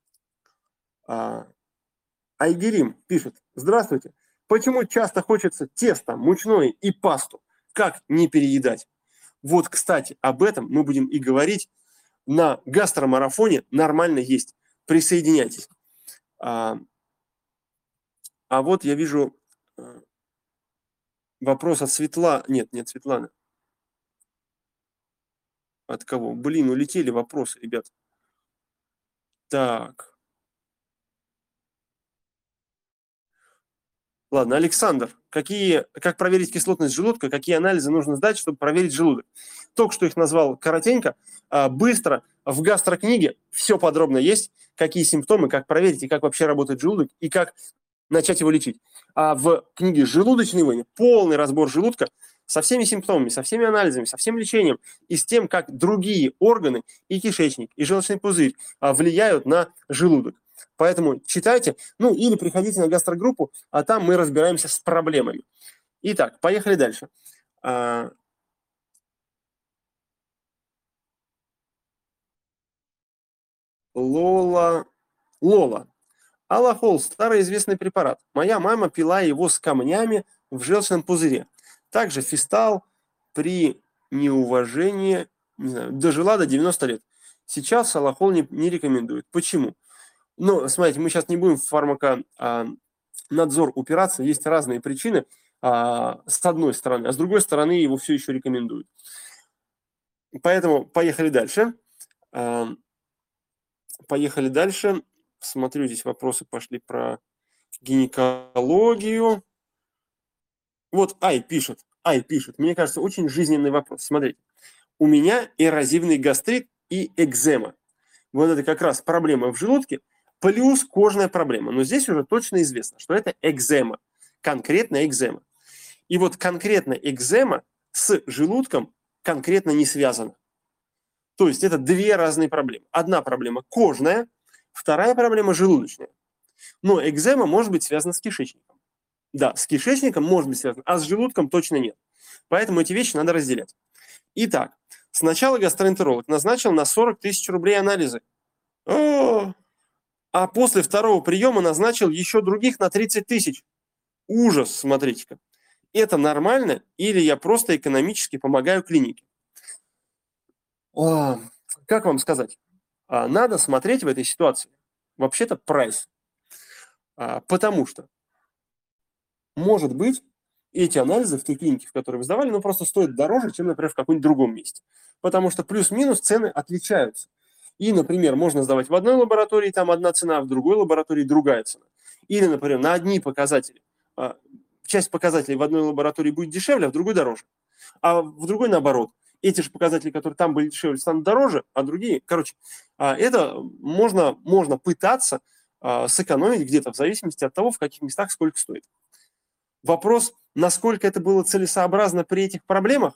Айгерим пишет. Здравствуйте. Почему часто хочется тесто, мучное и пасту? Как не переедать? Вот, кстати, об этом мы будем и говорить на гастромарафоне «Нормально есть». Присоединяйтесь. А вот я вижу вопрос от Светланы. Нет, Светланы. От кого? Блин, улетели вопросы, ребят. Так. Ладно, Александр, как проверить кислотность желудка, какие анализы нужно сдать, чтобы проверить желудок? Только что их назвал коротенько, быстро. В гастрокниге все подробно есть, какие симптомы, как проверить, и как вообще работает желудок, и как начать его лечить. А в книге «Желудочный войны» полный разбор желудка со всеми симптомами, со всеми анализами, со всем лечением и с тем, как другие органы, и кишечник, и желчный пузырь влияют на желудок. Поэтому читайте, ну или приходите на гастрогруппу, а там мы разбираемся с проблемами. Итак, поехали дальше. Лола. Аллахол – старый известный препарат. Моя мама пила его с камнями в желчном пузыре. Также фистал при неуважении, не знаю, дожила до 90 лет. Сейчас аллахол не рекомендует. Почему? Ну, смотрите, мы сейчас не будем в фармаконадзор упираться. Есть разные причины с одной стороны, а с другой стороны его все еще рекомендуют. Поэтому поехали дальше. Смотрю, здесь вопросы пошли про гинекологию. Вот Ай пишет. Мне кажется, очень жизненный вопрос. Смотрите. У меня эрозивный гастрит и экзема. Вот это как раз проблема в желудке, плюс кожная проблема. Но здесь уже точно известно, что это экзема. Конкретно экзема. И вот конкретно экзема с желудком конкретно не связана. То есть это две разные проблемы. Одна проблема кожная, вторая проблема желудочная. Но экзема может быть связана с кишечником. Да, с кишечником может быть связано, а с желудком точно нет. Поэтому эти вещи надо разделять. Итак, сначала гастроэнтеролог назначил на 40 тысяч рублей анализы. А после второго приема назначил еще других на 30 тысяч. Ужас, смотрите-ка. Это нормально или я просто экономически помогаю клинике? Как вам сказать? Надо смотреть в этой ситуации вообще-то прайс. Потому что, может быть, эти анализы в той клинике, в которой вы сдавали, просто стоят дороже, чем, например, в каком-нибудь другом месте. Потому что плюс-минус цены отличаются. И, например, можно сдавать в одной лаборатории, там одна цена, а в другой лаборатории другая цена. Или, например, на одни показатели. Часть показателей в одной лаборатории будет дешевле, а в другой дороже. А в другой наоборот. Эти же показатели, которые там были дешевле, станут дороже, а другие... Короче, это можно пытаться сэкономить где-то в зависимости от того, в каких местах сколько стоит. Вопрос, насколько это было целесообразно при этих проблемах.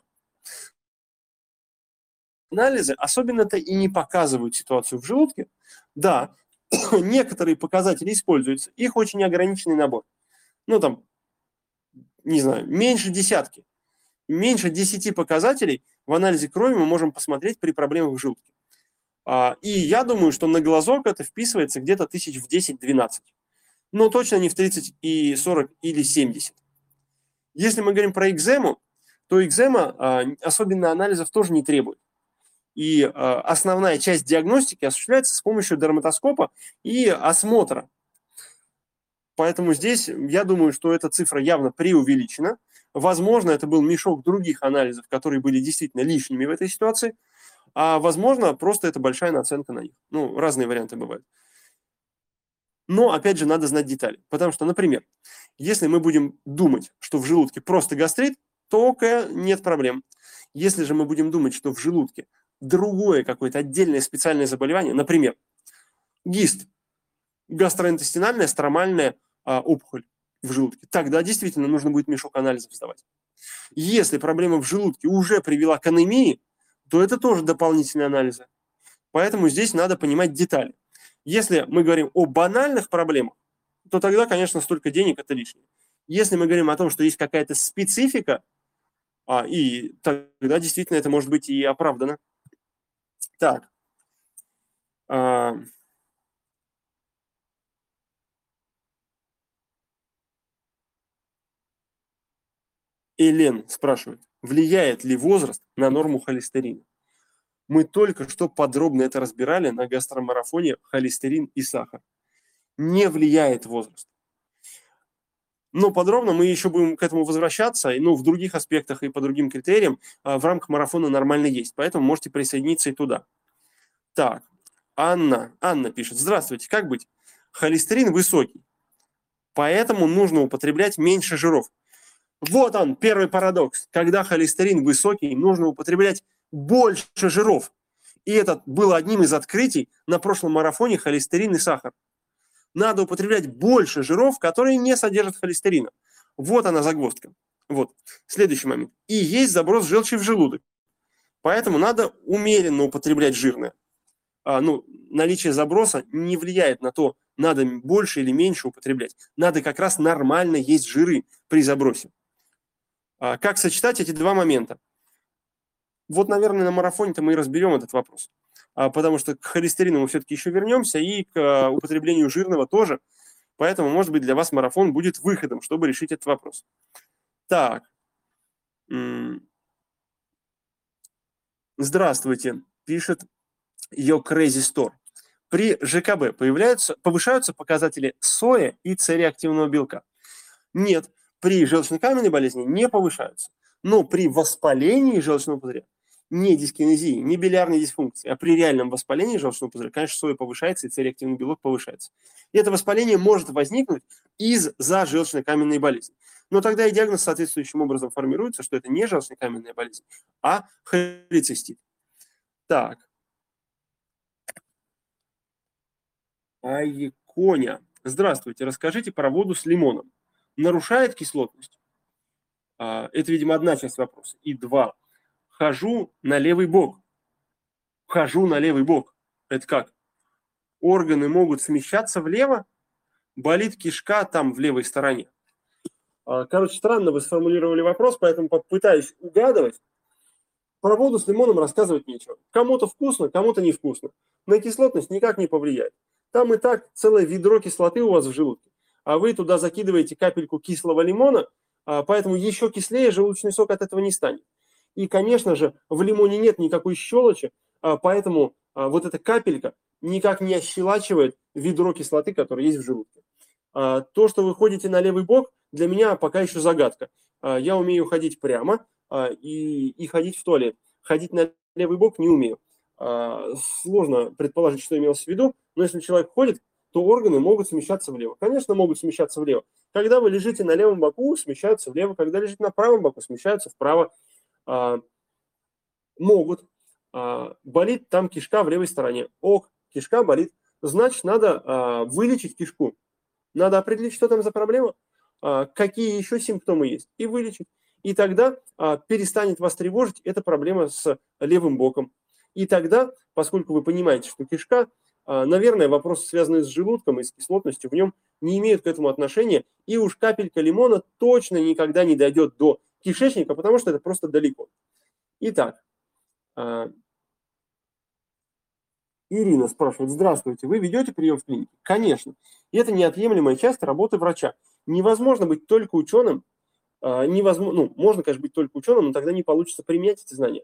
Анализы особенно-то и не показывают ситуацию в желудке. Да, некоторые показатели используются, их очень ограниченный набор. Ну, там, не знаю, меньше десятки. Меньше 10 показателей в анализе крови мы можем посмотреть при проблемах в желудке. И я думаю, что на глазок это вписывается где-то тысяч в 10-12. Но точно не в 30 и 40 или 70. Если мы говорим про экзему, то экзема особенно анализов тоже не требует. И основная часть диагностики осуществляется с помощью дерматоскопа и осмотра. Поэтому здесь я думаю, что эта цифра явно преувеличена. Возможно, это был мешок других анализов, которые были действительно лишними в этой ситуации. А возможно, просто это большая наценка на них. Ну, разные варианты бывают. Но, опять же, надо знать детали. Потому что, например, если мы будем думать, что в желудке просто гастрит, то нет проблем. Если же мы будем думать, что в желудке другое какое-то отдельное специальное заболевание, например, гист, гастроинтестинальная стромальная опухоль в желудке, тогда действительно нужно будет мешок анализов сдавать. Если проблема в желудке уже привела к анемии, то это тоже дополнительные анализы. Поэтому здесь надо понимать детали. Если мы говорим о банальных проблемах, то тогда, конечно, столько денег – это лишнее. Если мы говорим о том, что есть какая-то специфика, и тогда действительно это может быть и оправдано. Так. Элен спрашивает, влияет ли возраст на норму холестерина? Мы только что подробно это разбирали на гастромарафоне холестерин и сахар. Не влияет возраст. Но подробно мы еще будем к этому возвращаться, в других аспектах и по другим критериям в рамках марафона нормально есть, поэтому можете присоединиться и туда. Так, Анна пишет, здравствуйте, как быть? Холестерин высокий, поэтому нужно употреблять меньше жиров. Вот он, первый парадокс. Когда холестерин высокий, нужно употреблять больше жиров. И это было одним из открытий на прошлом марафоне холестерин и сахар. Надо употреблять больше жиров, которые не содержат холестерина. Вот она загвоздка. Вот. Следующий момент. И есть заброс желчи в желудок. Поэтому надо умеренно употреблять жирное. Наличие заброса не влияет на то, надо больше или меньше употреблять. Надо как раз нормально есть жиры при забросе. Как сочетать эти два момента? Вот, наверное, на марафоне-то мы и разберем этот вопрос. Потому что к холестерину мы все-таки еще вернемся, и к употреблению жирного тоже. Поэтому, может быть, для вас марафон будет выходом, чтобы решить этот вопрос. Так. Здравствуйте, пишет Your Crazy Store. При ЖКБ повышаются показатели сои и С-реактивного белка? Нет, при желчно-каменной болезни не повышаются. Но при воспалении желчного пузыря, не дискинезии, не билиарной дисфункции, а при реальном воспалении желчного пузыря, конечно, соя повышается и С-реактивный белок повышается. И это воспаление может возникнуть из-за желчно-каменной болезни. Но тогда и диагноз соответствующим образом формируется, что это не желчно-каменная болезнь, а холецистит. Так. Айконя. Здравствуйте, расскажите про воду с лимоном. Нарушает кислотность? Это, видимо, одна часть вопроса. И два. Хожу на левый бок. Хожу на левый бок. Это как? Органы могут смещаться влево? Болит кишка там в левой стороне. Короче, странно вы сформулировали вопрос, поэтому попытаюсь угадывать. Про воду с лимоном рассказывать нечего. Кому-то вкусно, кому-то невкусно. На кислотность никак не повлияет. Там и так целое ведро кислоты у вас в желудке, а вы туда закидываете капельку кислого лимона, поэтому еще кислее желудочный сок от этого не станет. И, конечно же, в лимоне нет никакой щелочи, поэтому вот эта капелька никак не ощелачивает ведро кислоты, которое есть в желудке. То, что вы ходите на левый бок, для меня пока еще загадка. Я умею ходить прямо и ходить в туалет. Ходить на левый бок не умею. Сложно предположить, что имелось в виду, но если человек ходит, то органы могут смещаться влево. Конечно, могут смещаться влево. Когда вы лежите на левом боку, смещаются влево. Когда лежите на правом боку, смещаются вправо. Могут. Болит там кишка в левой стороне. Кишка болит. Значит, надо вылечить кишку. Надо определить, что там за проблема, какие еще симптомы есть, и вылечить. И тогда перестанет вас тревожить эта проблема с левым боком. И тогда, поскольку вы понимаете, что кишка, наверное, вопросы, связанные с желудком и с кислотностью в нем, не имеют к этому отношения, и уж капелька лимона точно никогда не дойдет до кишечника, потому что это просто далеко. Итак, Ирина спрашивает: здравствуйте, вы ведете прием в клинике? Конечно. И это неотъемлемая часть работы врача. Невозможно быть только ученым, можно, конечно, быть только ученым, но тогда не получится применять эти знания.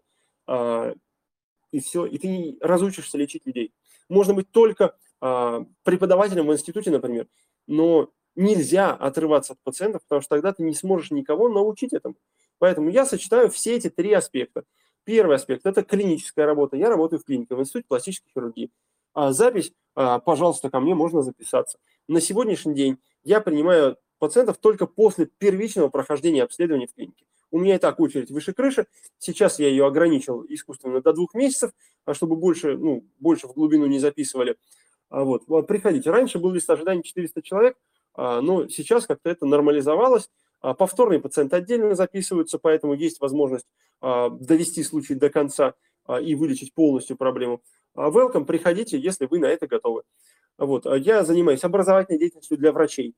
И все, и ты не разучишься лечить людей. Можно быть только преподавателем в институте, например, но нельзя отрываться от пациентов, потому что тогда ты не сможешь никого научить этому. Поэтому я сочетаю все эти три аспекта. Первый аспект – это клиническая работа. Я работаю в клинике, в Институте пластической хирургии. Запись, пожалуйста, ко мне можно записаться. На сегодняшний день я принимаю пациентов только после первичного прохождения обследования в клинике. У меня и так очередь выше крыши. Сейчас я ее ограничил искусственно до 2 месяцев, чтобы больше в глубину не записывали. Вот, приходите. Раньше был лист ожидания 400 человек, но сейчас как-то это нормализовалось. Повторные пациенты отдельно записываются, поэтому есть возможность довести случай до конца и вылечить полностью проблему. Welcome, приходите, если вы на это готовы. Вот. Я занимаюсь образовательной деятельностью для врачей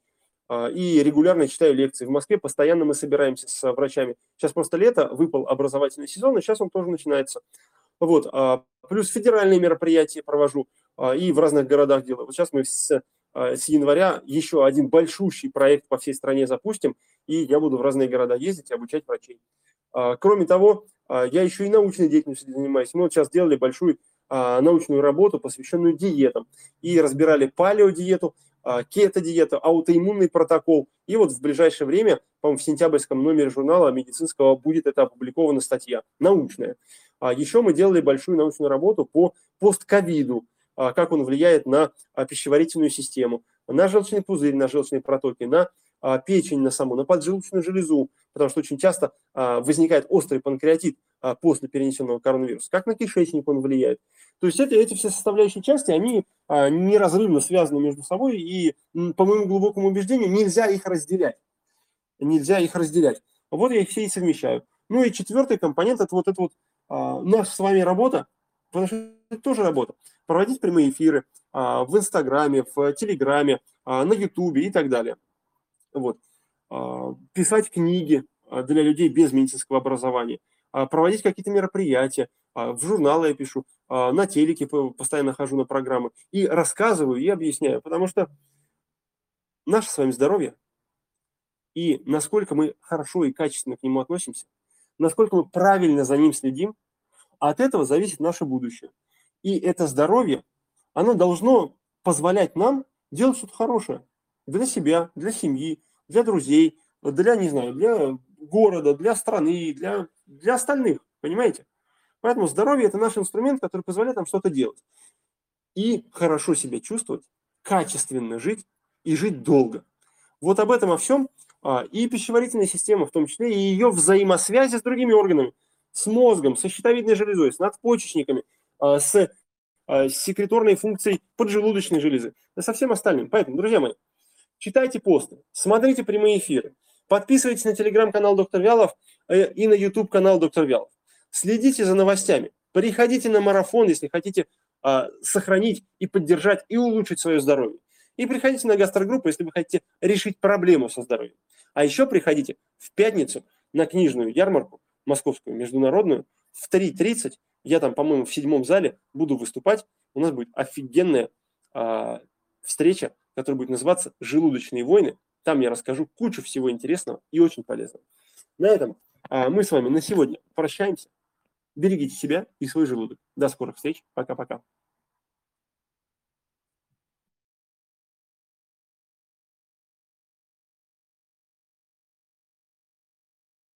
и регулярно читаю лекции. В Москве постоянно мы собираемся с врачами. Сейчас просто лето, выпал образовательный сезон, и сейчас он тоже начинается. Вот. Плюс федеральные мероприятия провожу и в разных городах делаю. Вот сейчас мы с января еще один большущий проект по всей стране запустим, и я буду в разные города ездить и обучать врачей. Кроме того, я еще и научной деятельностью занимаюсь. Мы вот сейчас делали большую научную работу, посвященную диетам, и разбирали палеодиету, кето-диету, аутоиммунный протокол. И вот в ближайшее время, по-моему, в сентябрьском номере журнала медицинского будет это опубликована статья научная. Еще мы делали большую научную работу по постковиду, как он влияет на пищеварительную систему, на желчный пузырь, на желчные протоки, на печень на саму, на поджелудочную железу, потому что очень часто возникает острый панкреатит после перенесенного коронавируса. Как на кишечник он влияет. То есть эти все составляющие части, они неразрывно связаны между собой, и, по моему глубокому убеждению, нельзя их разделять. Нельзя их разделять. Вот я их все и совмещаю. Ну и четвертый компонент – это наша с вами работа, потому что это тоже работа. Проводить прямые эфиры, в Инстаграме, в Телеграме, на Ютубе и так далее. Вот. Писать книги для людей без медицинского образования, проводить какие-то мероприятия, в журналы я пишу, на телеке постоянно хожу на программы и рассказываю и объясняю, потому что наше с вами здоровье и насколько мы хорошо и качественно к нему относимся, насколько мы правильно за ним следим, от этого зависит наше будущее. И это здоровье, оно должно позволять нам делать что-то хорошее для себя, для семьи, для друзей, для, не знаю, для города, для страны, для остальных, понимаете? Поэтому здоровье – это наш инструмент, который позволяет нам что-то делать. И хорошо себя чувствовать, качественно жить и жить долго. Вот об этом о всем и пищеварительная система, в том числе и ее взаимосвязи с другими органами, с мозгом, со щитовидной железой, с надпочечниками, с секреторной функцией поджелудочной железы, да со всем остальным. Поэтому, друзья мои, читайте посты, смотрите прямые эфиры, подписывайтесь на телеграм-канал Доктор Вялов и на YouTube-канал Доктор Вялов. Следите за новостями, приходите на марафон, если хотите сохранить и поддержать и улучшить свое здоровье. И приходите на гастрогруппу, если вы хотите решить проблему со здоровьем. А еще приходите в пятницу на книжную ярмарку московскую, международную, в 3:30. Я там, по-моему, в 7 зале буду выступать. У нас будет офигенная встреча, которая будет называться «Желудочные войны». Там я расскажу кучу всего интересного и очень полезного. На этом мы с вами на сегодня прощаемся. Берегите себя и свой желудок. До скорых встреч. Пока-пока.